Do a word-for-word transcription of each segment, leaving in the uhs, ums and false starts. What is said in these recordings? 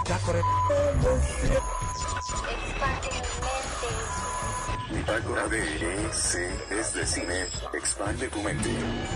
Bitácora. Bitácora de E C es de cine. Expande tu mente.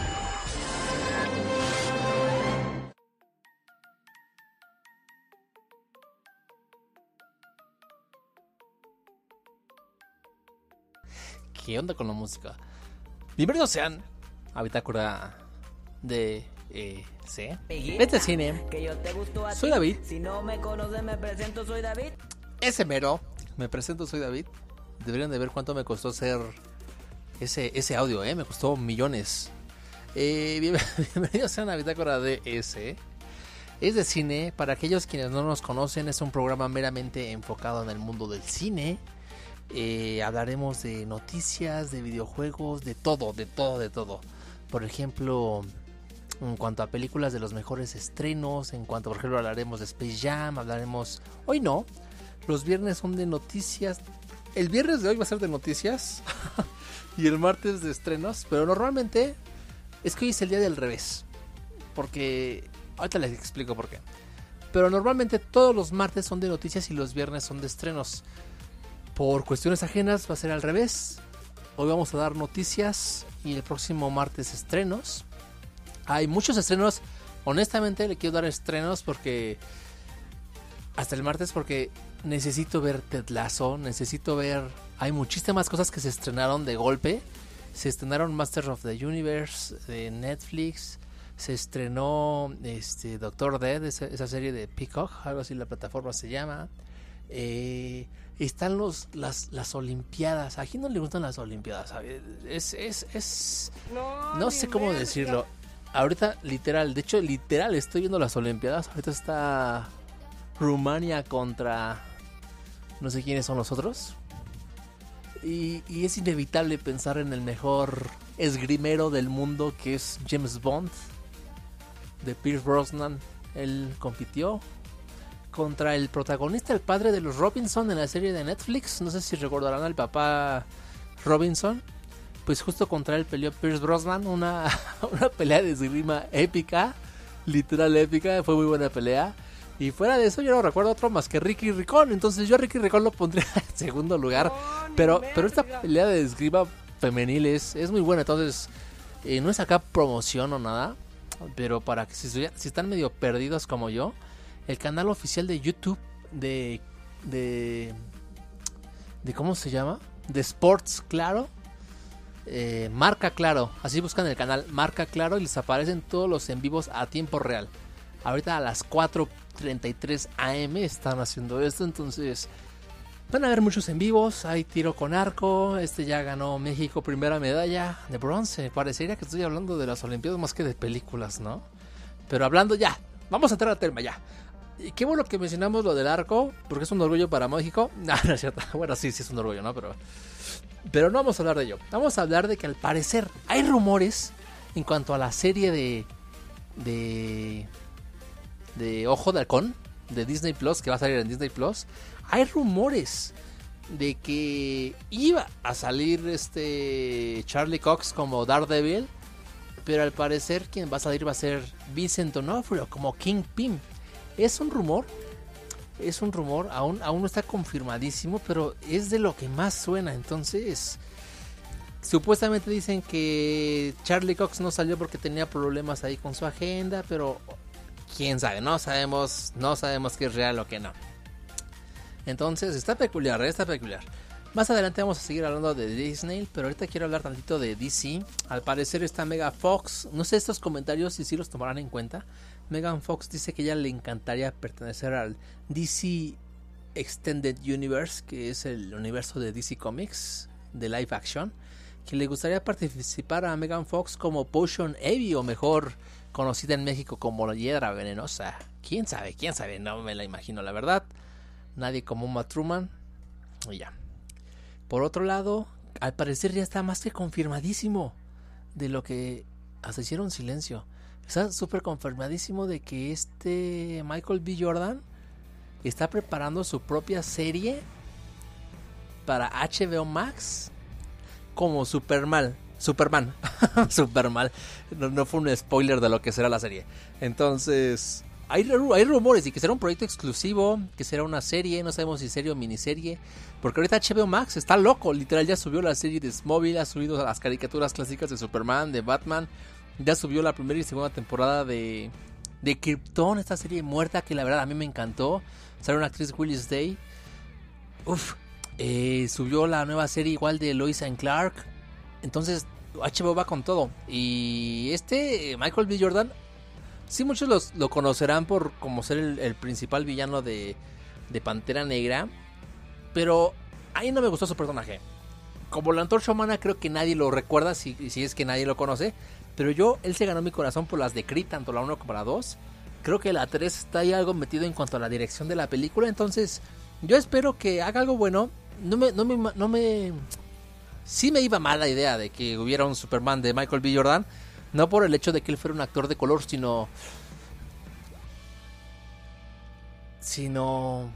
¿Qué onda con la música? Bienvenidos sean a Bitácora de E C. Este cine. Soy David. Si no me conoces, me presento, soy David. Ese mero. Me presento, soy David. Deberían de ver cuánto me costó hacer ese, ese audio, ¿eh? Me costó millones. Eh, bienvenidos sean a Bitácora de E C. Es de cine. Para aquellos quienes no nos conocen, es un programa meramente enfocado en el mundo del cine. Eh, hablaremos de noticias, de videojuegos, de todo, de todo, de todo. Por ejemplo, en cuanto a películas, de los mejores estrenos. En cuanto, por ejemplo, hablaremos de Space Jam. Hablaremos, hoy no, los viernes son de noticias. El viernes de hoy va a ser de noticias y el martes de estrenos. Pero normalmente es que hoy es el día del revés, porque ahorita les explico por qué. Pero normalmente todos los martes son de noticias y los viernes son de estrenos. Por cuestiones ajenas va a ser al revés. Hoy vamos a dar noticias y el próximo martes estrenos. Hay muchos estrenos. Honestamente le quiero dar estrenos porque hasta el martes, porque necesito ver Ted Lasso. Necesito ver... Hay muchísimas cosas que se estrenaron de golpe. Se estrenaron Master of the Universe de Netflix. Se estrenó este Doctor Dead, esa, esa serie de Peacock, algo así la plataforma se llama. Eh... Están los las, las Olimpiadas. ¿A quién no le gustan las Olimpiadas? Es, es, es... No, no sé cómo verga. decirlo. Ahorita, literal, de hecho, literal, estoy viendo las Olimpiadas. Ahorita está Rumania contra... no sé quiénes son los otros. Y, y es inevitable pensar en el mejor esgrimero del mundo, que es James Bond, de Pierce Brosnan. Él compitió contra el protagonista, el padre de los Robinson en la serie de Netflix. No sé si recordarán al papá Robinson. Pues justo contra él peleó Pierce Brosnan. Una, una pelea de esgrima épica. Literal épica. Fue muy buena pelea. Y fuera de eso yo no recuerdo otro más que Ricky Ricón. Entonces yo a Ricky Ricón lo pondría en segundo lugar. Oh, pero, pero esta pelea de esgrima femenil es, es muy buena. Entonces eh, no es acá promoción o nada. Pero para que si, si están medio perdidos como yo, el canal oficial de YouTube de, de, de ¿cómo se llama? De Sports Claro, eh, Marca Claro, así buscan el canal Marca Claro y les aparecen todos los en vivos a tiempo real. Ahorita a las cuatro treinta y tres a eme están haciendo esto, entonces van a haber muchos en vivos. Hay tiro con arco, este ya ganó México primera medalla de bronce. Parecería que estoy hablando de las Olimpiadas más que de películas, ¿no? Pero hablando ya, vamos a entrar al tema ya. Y qué bueno que mencionamos lo del arco, porque es un orgullo para México. No, no es cierto. Bueno, sí, sí es un orgullo, ¿no? Pero, pero no vamos a hablar de ello. Vamos a hablar de que al parecer hay rumores en cuanto a la serie de... De... De Ojo de Halcón, de Disney Plus, que va a salir en Disney Plus. Hay rumores de que iba a salir este Charlie Cox como Daredevil, pero al parecer quien va a salir va a ser Vincent D'Onofrio como Kingpin. Es un rumor, es un rumor, aún, aún no está confirmadísimo, pero es de lo que más suena. Entonces, supuestamente dicen que Charlie Cox no salió porque tenía problemas ahí con su agenda, pero quién sabe, no sabemos, no sabemos qué es real o qué no. Entonces, está peculiar, está peculiar. Más adelante vamos a seguir hablando de Disney, pero ahorita quiero hablar tantito de D C. Al parecer está Megan Fox, no sé estos comentarios si sí los tomarán en cuenta. Megan Fox dice que ella le encantaría pertenecer al D C Extended Universe, que es el universo de D C Comics, de live action. Que le gustaría participar a Megan Fox como Potion Ivy, o mejor conocida en México como la Hiedra Venenosa. ¿Quién sabe? ¿Quién sabe? No me la imagino, la verdad. Nadie como Uma Thurman. Y ya. Por otro lado, al parecer ya está más que confirmadísimo de lo que hasta hicieron silencio. Está súper confirmadísimo de que este Michael B. Jordan está preparando su propia serie para H B O Max como Superman. Superman. Superman. No, no fue un spoiler de lo que será la serie. Entonces, hay, hay rumores de que será un proyecto exclusivo, que será una serie, no sabemos si serie o miniserie, porque ahorita H B O Max está loco, literal ya subió la serie de Smallville, ha subido las caricaturas clásicas de Superman, de Batman, ya subió la primera y segunda temporada de, de Krypton, esta serie muerta que la verdad a mí me encantó, sale una actriz Willis Day, uff, eh, subió la nueva serie igual de Lois and Clark, entonces H B O va con todo, y este Michael B. Jordan, sí, muchos los, lo conocerán por como ser el, el principal villano de, de Pantera Negra. Pero ahí no me gustó su personaje. Como la Antorcha Humana creo que nadie lo recuerda, si, si es que nadie lo conoce. Pero yo, él se ganó mi corazón por las de Creed, tanto la uno como la dos. Creo que la tres está ahí algo metido en cuanto a la dirección de la película. Entonces, yo espero que haga algo bueno. No me... No me, no me sí me iba mal la idea de que hubiera un Superman de Michael B. Jordan. No por el hecho de que él fuera un actor de color, sino... Sino...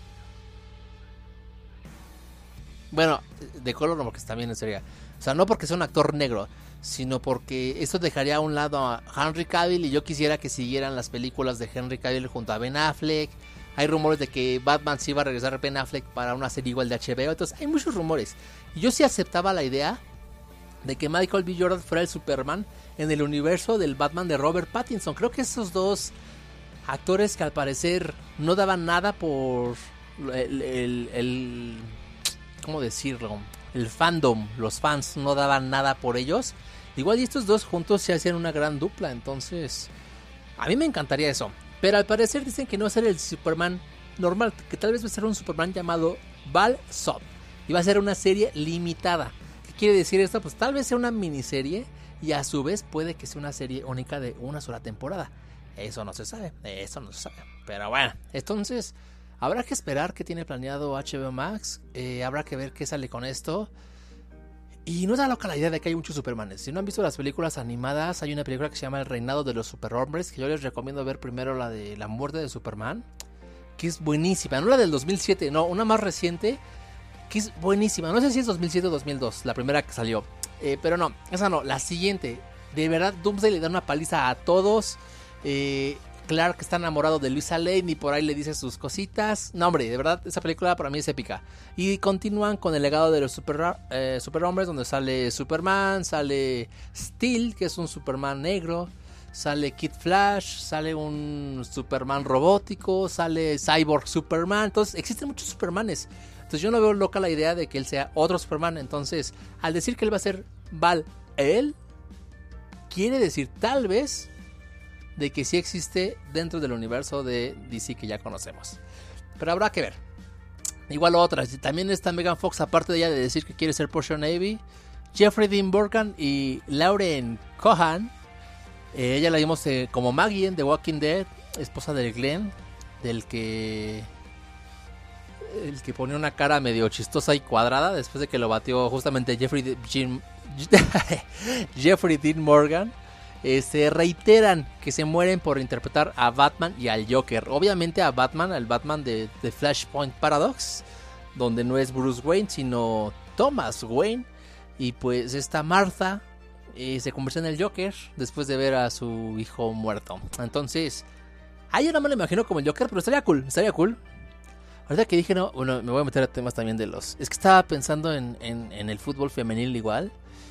Bueno, de color no, porque está bien en serio. O sea, no porque sea un actor negro, sino porque esto dejaría a un lado a Henry Cavill y yo quisiera que siguieran las películas de Henry Cavill junto a Ben Affleck. Hay rumores de que Batman sí iba a regresar a Ben Affleck para una serie igual de H B O. Entonces hay muchos rumores. Y yo sí aceptaba la idea de que Michael B. Jordan fuera el Superman en el universo del Batman de Robert Pattinson. Creo que esos dos actores que al parecer no daban nada por el, el, el ¿cómo decirlo? El fandom, los fans no daban nada por ellos. Igual y estos dos juntos se hacían una gran dupla, entonces a mí me encantaría eso. Pero al parecer dicen que no va a ser el Superman normal, que tal vez va a ser un Superman llamado Val Zod. Y va a ser una serie limitada. Quiere decir esto, pues tal vez sea una miniserie y a su vez puede que sea una serie única de una sola temporada. Eso no se sabe, eso no se sabe. Pero bueno, entonces habrá que esperar qué tiene planeado H B O Max. Eh, habrá que ver qué sale con esto. Y no es loca la idea de que hay muchos Supermanes. Si no han visto las películas animadas, hay una película que se llama El Reinado de los Superhombres, que yo les recomiendo ver primero la de La Muerte de Superman, que es buenísima. No la del dos mil siete, no, una más reciente, que es buenísima. No sé si es dos mil siete o dos mil dos, la primera que salió. Eh, pero no, esa no, la siguiente. De verdad, Doomsday le da una paliza a todos. Eh, Clark está enamorado de Luisa Lane y por ahí le dice sus cositas. No, hombre, de verdad, esa película para mí es épica. Y continúan con el legado de los super, eh, superhombres, donde sale Superman, sale Steel, que es un Superman negro, sale Kid Flash, sale un Superman robótico, sale Cyborg Superman. Entonces, existen muchos Supermanes. Entonces, yo no veo loca la idea de que él sea otro Superman. Entonces, al decir que él va a ser Val-El, quiere decir tal vez de que sí existe dentro del universo de D C que ya conocemos. Pero habrá que ver. Igual otras. También está Megan Fox, aparte de ella de decir que quiere ser Portia Navy. Jeffrey Dean Morgan y Lauren Cohan. Eh, ella la vimos eh, como Maggie en The Walking Dead, esposa de Glenn, del que... el que ponía una cara medio chistosa y cuadrada después de que lo batió justamente Jeffrey, de, Jim, Jeffrey Dean Morgan. Eh, se reiteran que se mueren por interpretar a Batman y al Joker. Obviamente a Batman, al Batman de, de Flashpoint Paradox, donde no es Bruce Wayne sino Thomas Wayne. Y pues esta Martha eh, se convierte en el Joker después de ver a su hijo muerto. Entonces, a ella no me lo imagino como el Joker, pero estaría cool, estaría cool. Ahorita que dije, no, bueno, me voy a meter a temas también de los... Es que estaba pensando en, en, en el fútbol femenil igual.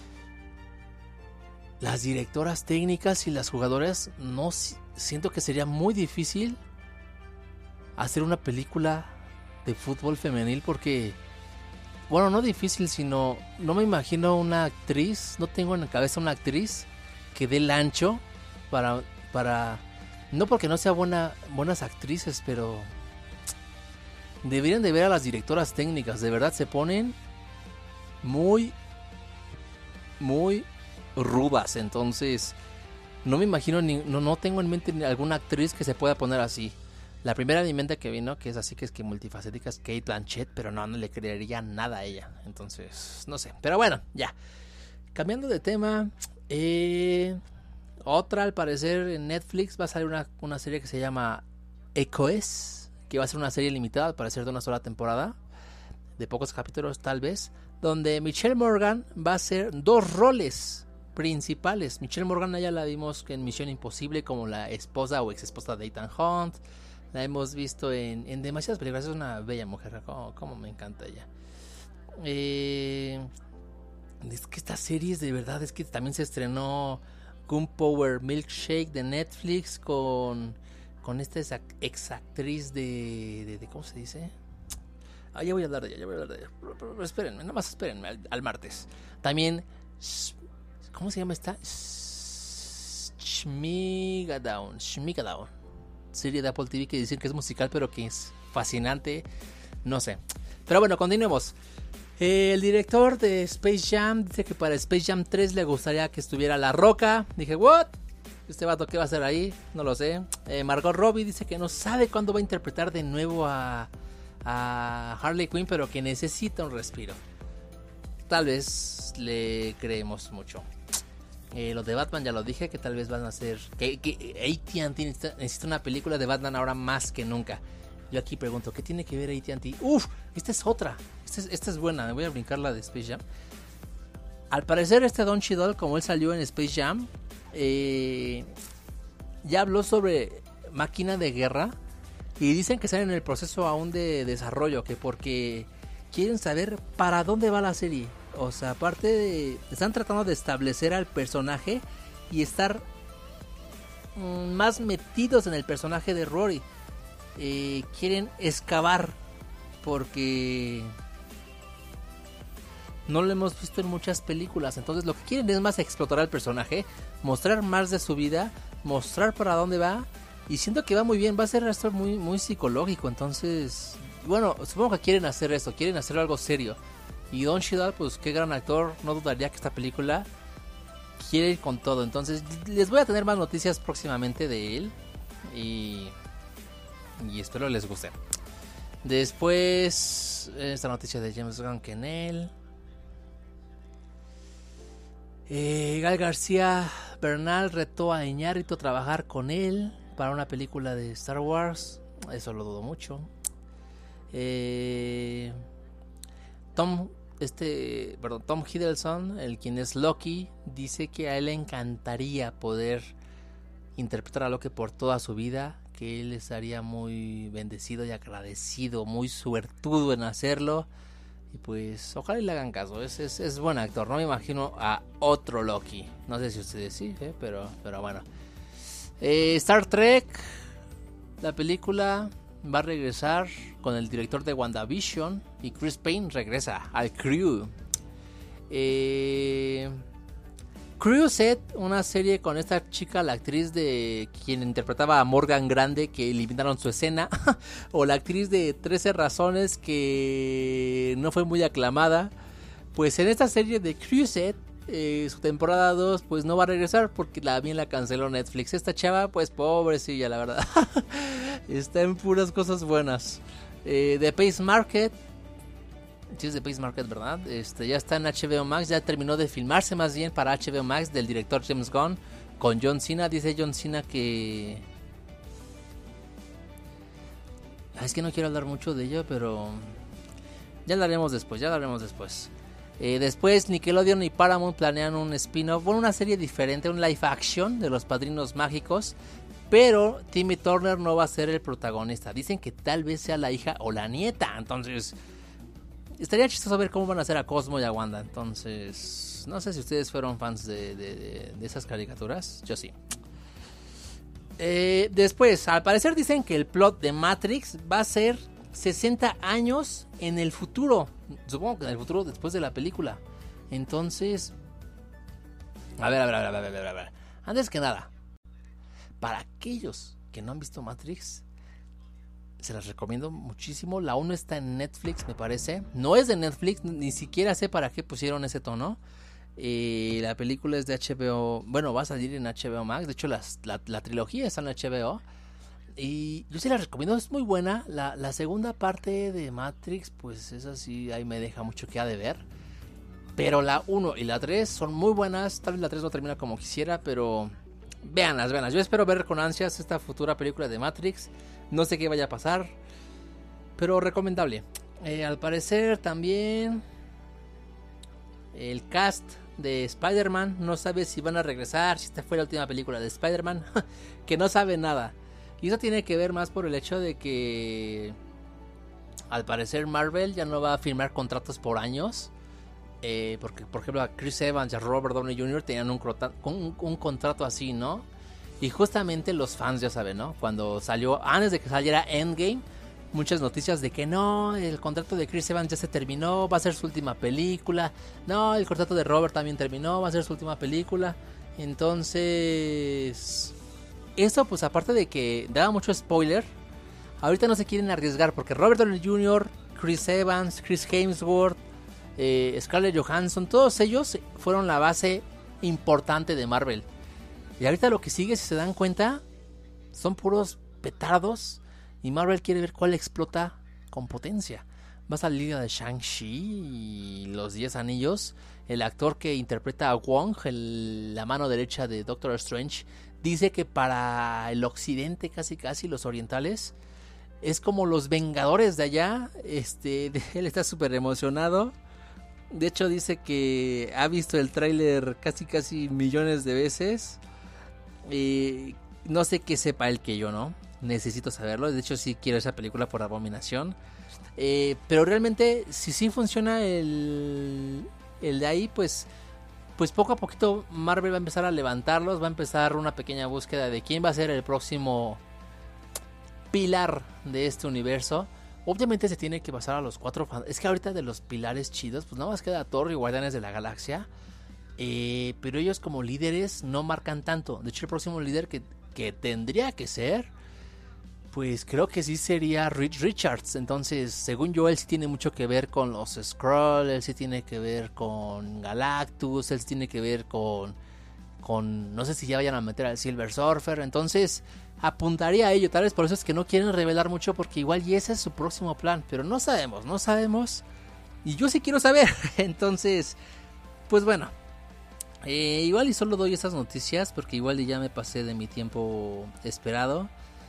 Las directoras técnicas y las jugadoras, no siento que sería muy difícil hacer una película de fútbol femenil porque, bueno, no difícil, sino no me imagino una actriz, no tengo en la cabeza una actriz que dé el ancho para, para, no porque no sea buena, buenas actrices, pero deberían de ver a las directoras técnicas, de verdad se ponen muy, muy rudas, entonces no me imagino ni, no, no tengo en mente alguna actriz que se pueda poner así. La primera en mi mente que vino, que es así, que es que multifacética, es Kate Blanchett, pero no, no le creería nada a ella, entonces no sé, pero bueno, ya cambiando de tema. eh, otra al parecer en Netflix va a salir una, una serie que se llama Echoes, que va a ser una serie limitada al parecer de una sola temporada, de pocos capítulos tal vez, donde Michelle Morgan va a hacer dos roles principales. Michelle Morgan ya la vimos en Misión Imposible como la esposa o ex esposa de Ethan Hunt. La hemos visto en, en demasiadas películas. Es una bella mujer. Como, como me encanta ella. Eh, es que estas series de verdad es que también se estrenó Gunpowder Milkshake de Netflix con, con esta ex actriz de, de, de ¿cómo se dice? Ah, ya voy a hablar de ella, ya voy a hablar de ella. Pero, pero, pero espérenme, nada más espérenme al, al martes. También, ¿cómo se llama esta? Shmigadown, Shmigadown. Serie de Apple T V que dicen que es musical, pero que es fascinante. No sé. Pero bueno, continuemos. Eh, el director de Space Jam dice que para Space Jam tres le gustaría que estuviera La Roca. Dije, ¿what? ¿Este vato qué va a hacer ahí? No lo sé. Eh, Margot Robbie dice que no sabe cuándo va a interpretar de nuevo a, a Harley Quinn, pero que necesita un respiro. Tal vez le creemos mucho. Eh, los de Batman ya lo dije, que tal vez van a hacer... Que, que A T and T necesita, necesita una película de Batman ahora más que nunca. Yo aquí pregunto, ¿qué tiene que ver A T and T? Uf, esta es otra. Esta es, esta es buena, me voy a brincar la de Space Jam. Al parecer este Don Cheadle, como él salió en Space Jam, eh, ya habló sobre máquina de guerra. Y dicen que están en el proceso aún de desarrollo, que porque quieren saber para dónde va la serie. O sea, aparte de... Están tratando de establecer al personaje y estar mmm, más metidos en el personaje de Rory. Eh, quieren excavar porque no lo hemos visto en muchas películas. Entonces lo que quieren es más explotar al personaje, mostrar más de su vida, mostrar para dónde va. Y siento que va muy bien, va a ser esto muy, muy psicológico. Entonces, bueno, supongo que quieren hacer esto, quieren hacer algo serio. Y Don Cheadle, pues qué gran actor, no dudaría que esta película quiere ir con todo. Entonces les voy a tener más noticias próximamente de él. Y... Y espero les guste. Después, esta noticia de James Gunn que en él. Eh, Gal García Bernal retó a Iñárritu a trabajar con él para una película de Star Wars. Eso lo dudo mucho. Eh, Tom, este, perdón, Tom Hiddleston, el quien es Loki, dice que a él le encantaría poder interpretar a Loki por toda su vida. Que él estaría muy bendecido y agradecido, muy suertudo en hacerlo. Y pues ojalá y le hagan caso. Es, es, es buen actor. No me imagino a otro Loki. No sé si ustedes sí, ¿eh? pero, pero bueno. Eh, Star Trek, la película va a regresar con el director de WandaVision. Y Chris Pine regresa al crew. Eh... Crewset, una serie con esta chica, la actriz de quien interpretaba a Morgan Grande, que eliminaron su escena, o la actriz de trece razones que no fue muy aclamada. Pues en esta serie de Crewset, eh, su temporada dos, pues no va a regresar porque la bien la canceló Netflix. Esta chava, pues pobrecilla, la verdad. Está en puras cosas buenas. Eh, The Pace Market. Sí, es de Pace Market, ¿verdad? Este, ya está en H B O Max, ya terminó de filmarse más bien para H B O Max del director James Gunn con John Cena. Dice John Cena que... Es que no quiero hablar mucho de ello, pero ya hablaremos después, ya hablaremos después. Eh, después Nickelodeon y Paramount planean un spin-off, bueno, una serie diferente, un live action de los Padrinos Mágicos. Pero Timmy Turner no va a ser el protagonista. Dicen que tal vez sea la hija o la nieta, entonces... Estaría chistoso ver cómo van a hacer a Cosmo y a Wanda. Entonces, no sé si ustedes fueron fans de, de, de, de esas caricaturas. Yo sí. Eh, después, al parecer dicen que el plot de Matrix va a ser sesenta años en el futuro. Supongo que en el futuro después de la película. Entonces... A ver, a ver, a ver, a ver, a ver, a ver. Antes que nada, para aquellos que no han visto Matrix... Se las recomiendo muchísimo. La uno está en Netflix, me parece. No es de Netflix, ni siquiera sé para qué pusieron ese tono. Eh, la película es de H B O. Bueno, va a salir en H B O Max. De hecho, las, la, la trilogía está en H B O. Y yo sí la recomiendo, es muy buena. La, la segunda parte de Matrix, pues esa sí, ahí me deja mucho que ha de ver. Pero la uno y la tres son muy buenas. Tal vez la tres no termina como quisiera, pero véanlas, véanlas. Yo espero ver con ansias esta futura película de Matrix. No sé qué vaya a pasar, pero recomendable. Eh, al parecer también el cast de Spider-Man. No sabe si van a regresar, si esta fue la última película de Spider-Man. Que no sabe nada. Y eso tiene que ver más por el hecho de que al parecer Marvel ya no va a firmar contratos por años. Eh, porque por ejemplo a Chris Evans y a Robert Downey junior tenían un, un, un contrato así, ¿no? Y justamente los fans ya saben, ¿no? Cuando salió, antes de que saliera Endgame, muchas noticias de que no, el contrato de Chris Evans ya se terminó, va a ser su última película. No, el contrato de Robert también terminó, va a ser su última película. Entonces, eso pues aparte de que daba mucho spoiler, ahorita no se quieren arriesgar porque Robert Downey junior, Chris Evans, Chris Hemsworth, eh, Scarlett Johansson, todos ellos fueron la base importante de Marvel. Y ahorita lo que sigue, si se dan cuenta, son puros petardos. Y Marvel quiere ver cuál explota con potencia. Va a salir la de Shang-Chi y los diez anillos. El actor que interpreta a Wong, el, la mano derecha de Doctor Strange, dice que para el occidente, casi casi los orientales, es como los Vengadores de allá. Este, él está súper emocionado. De hecho dice que ha visto el tráiler casi casi millones de veces. Y no sé qué sepa él que yo, ¿no? Necesito saberlo. De hecho sí quiero esa película por Abominación. Eh, pero realmente si sí funciona el, el de ahí, pues, pues poco a poquito Marvel va a empezar a levantarlos. Va a empezar una pequeña búsqueda de quién va a ser el próximo pilar de este universo. Obviamente se tiene que pasar a los cuatro. Es que ahorita de los pilares chidos, pues nada más queda Thor y Guardianes de la Galaxia. Eh, pero ellos como líderes no marcan tanto. De hecho el próximo líder que, que tendría que ser, pues creo que sí sería Reed Richards. Entonces según yo él sí tiene mucho que ver con los Skrull. Él sí tiene que ver con Galactus. Él sí tiene que ver con, con no sé si ya vayan a meter al Silver Surfer. Entonces apuntaría a ello. Tal vez por eso es que no quieren revelar mucho, porque igual y ese es su próximo plan. Pero no sabemos, no sabemos. Y yo sí quiero saber. Entonces pues bueno, Eh, igual y solo doy esas noticias porque igual ya me pasé de mi tiempo esperado.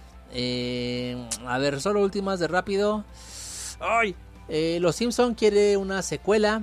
Eh, a ver, solo últimas de rápido. ¡Ay! Eh, Los Simpson quiere una secuela.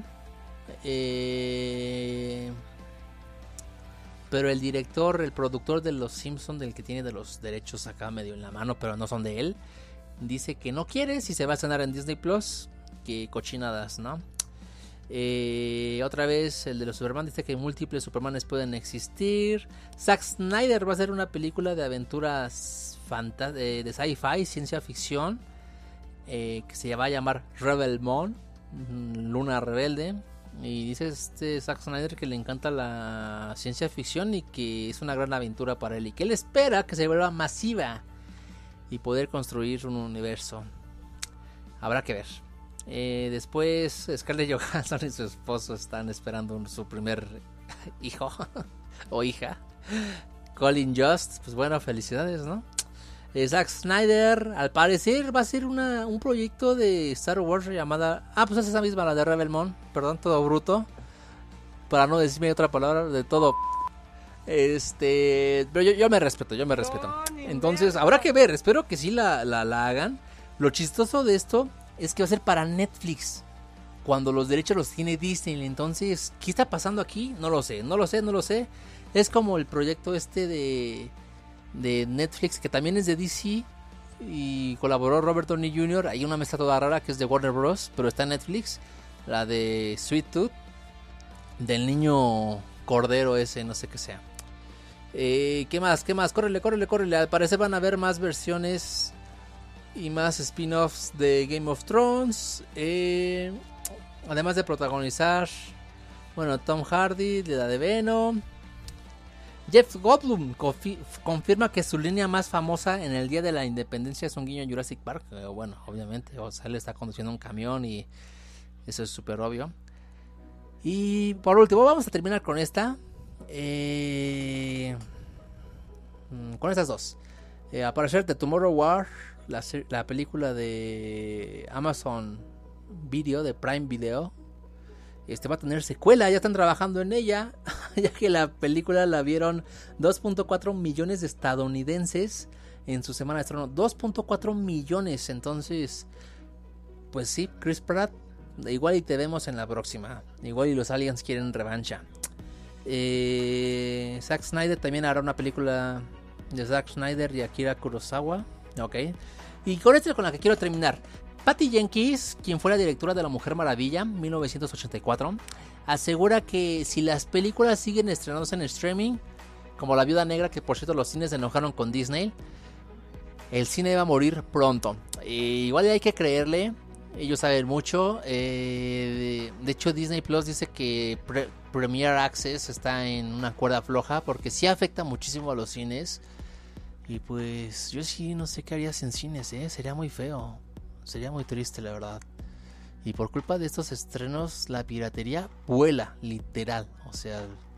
Eh, pero el director, el productor de Los Simpson, del que tiene de los derechos acá medio en la mano, pero no son de él, dice que no quiere si se va a estrenar en Disney Plus. Que cochinadas, ¿no? Eh, otra vez el de los Superman dice que múltiples Supermanes pueden existir. Zack Snyder va a hacer una película de aventuras fanta- de, de sci-fi, ciencia ficción, eh, que se va a llamar Rebel Moon, Luna Rebelde. Y dice este Zack Snyder que le encanta la ciencia ficción y que es una gran aventura para él y que él espera que se vuelva masiva y poder construir un universo. Habrá que ver. Eh, después Scarlett Johansson y su esposo están esperando un, su primer hijo o hija, Colin Jost. Pues bueno, felicidades, ¿no? eh, Zack Snyder al parecer va a ser una, un proyecto de Star Wars llamada, ah pues es esa misma, la de Rebel Moon, perdón, todo bruto, para no decirme otra palabra, de todo. Este, pero yo, yo me respeto, yo me respeto. Entonces habrá que ver, espero que sí la, la, la hagan. Lo chistoso de esto es que va a ser para Netflix, cuando los derechos los tiene Disney. Entonces, ¿qué está pasando aquí? No lo sé, no lo sé, no lo sé. Es como el proyecto este de, de Netflix, que también es de D C y colaboró Robert Downey junior Hay una mezcla toda rara que es de Warner Bros, pero está en Netflix. La de Sweet Tooth, del niño cordero ese, no sé qué sea. eh, ¿Qué más? ¿Qué más? Córrele, córrele, córrele. Al parecer van a haber más versiones y más spin-offs de Game of Thrones. Eh, además de protagonizar, bueno, Tom Hardy, de la de Venom. Jeff Goldblum confi- confirma que su línea más famosa en el Día de la Independencia es un guiño a Jurassic Park. Eh, bueno, obviamente, o sea, él está conduciendo un camión y eso es súper obvio. Y por último, vamos a terminar con esta. Eh, con estas dos. Eh, a parecer de Tomorrow War, La, la película de Amazon Video, de Prime Video, este va a tener secuela. Ya están trabajando en ella, ya que la película la vieron dos punto cuatro millones de estadounidenses en su semana de estreno. dos punto cuatro millones. Entonces, pues sí, Chris Pratt, igual y te vemos en la próxima. Igual y los aliens quieren revancha. Eh, Zack Snyder también hará una película de Zack Snyder y Akira Kurosawa. Ok. Y con esto es con la que quiero terminar. Patty Jenkins, quien fue la directora de La Mujer Maravilla, mil novecientos ochenta y cuatro, asegura que si las películas siguen estrenándose en streaming, como La Viuda Negra, que por cierto los cines se enojaron con Disney, el cine va a morir pronto. E igual hay que creerle, ellos saben mucho. Eh, de, de hecho, Disney Plus dice que Pre- Premier Access está en una cuerda floja porque sí afecta muchísimo a los cines. Y pues yo sí no sé qué harías en cines, ¿eh? Sería muy feo. Sería muy triste, la verdad. Y por culpa de estos estrenos, la piratería vuela, literal. O sea,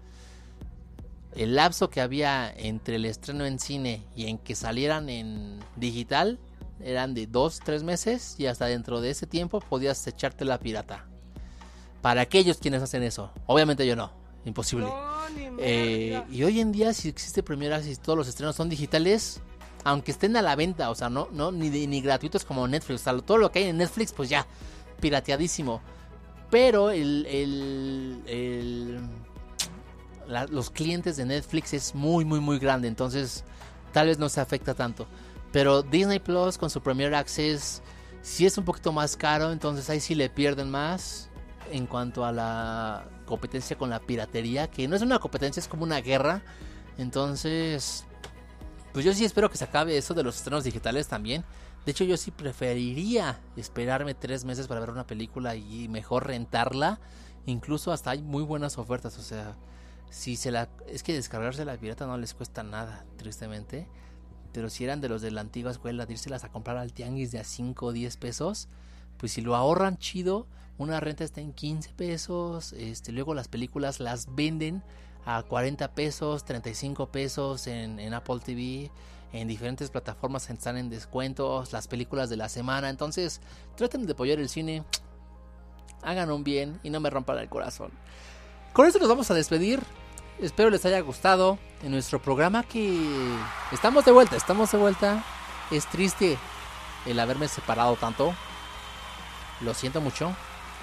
el lapso que había entre el estreno en cine y en que salieran en digital eran de dos, tres meses. Y hasta dentro de ese tiempo podías echarte la pirata. Para aquellos quienes hacen eso. Obviamente yo no. Imposible. No, ni Eh, y hoy en día, si existe Premier Access y todos los estrenos son digitales, aunque estén a la venta, o sea, no, no ni, de, ni gratuitos como Netflix, o sea, todo lo que hay en Netflix, pues ya, pirateadísimo. Pero el, el, el la, los clientes de Netflix es muy, muy, muy grande, entonces tal vez no se afecta tanto. Pero Disney Plus con su Premier Access sí es un poquito más caro, entonces ahí sí le pierden más en cuanto a la competencia con la piratería, que no es una competencia, es como una guerra. Entonces, pues yo sí espero que se acabe eso de los estrenos digitales también. De hecho, yo sí preferiría esperarme tres meses para ver una película y mejor rentarla. Incluso hasta hay muy buenas ofertas, o sea, si se la es que descargarse la pirata no les cuesta nada, tristemente. Pero si eran de los de la antigua escuela, de írselas a comprar al tianguis de a cinco o diez pesos, pues si lo ahorran chido, una renta está en quince pesos, este, luego las películas las venden a cuarenta pesos, treinta y cinco pesos en, en Apple T V, en diferentes plataformas están en descuentos, las películas de la semana. Entonces traten de apoyar el cine, hagan un bien y no me rompan el corazón. Con esto nos vamos a despedir, espero les haya gustado en nuestro programa, que estamos de vuelta, estamos de vuelta. Es triste el haberme separado tanto, lo siento mucho.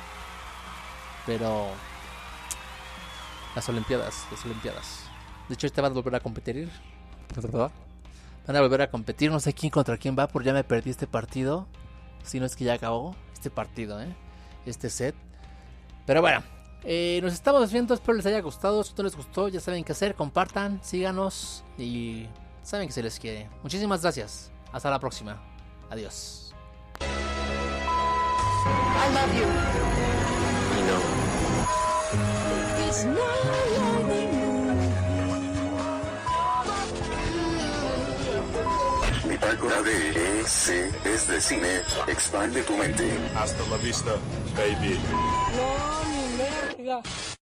Pero las olimpiadas, las olimpiadas. De hecho, ahorita van a volver a competir. Van a volver a competir, no sé quién contra quién va, porque ya me perdí este partido. Si no es que ya acabó este partido, ¿eh? Este set. Pero bueno, eh, nos estamos viendo, espero les haya gustado. Si no les gustó, ya saben qué hacer, compartan, síganos y saben que se les quiere. Muchísimas gracias, hasta la próxima. Adiós. I love you. Bitácora de E C es de cine. Expande tu mente. Hasta la vista, baby. No, mi verga.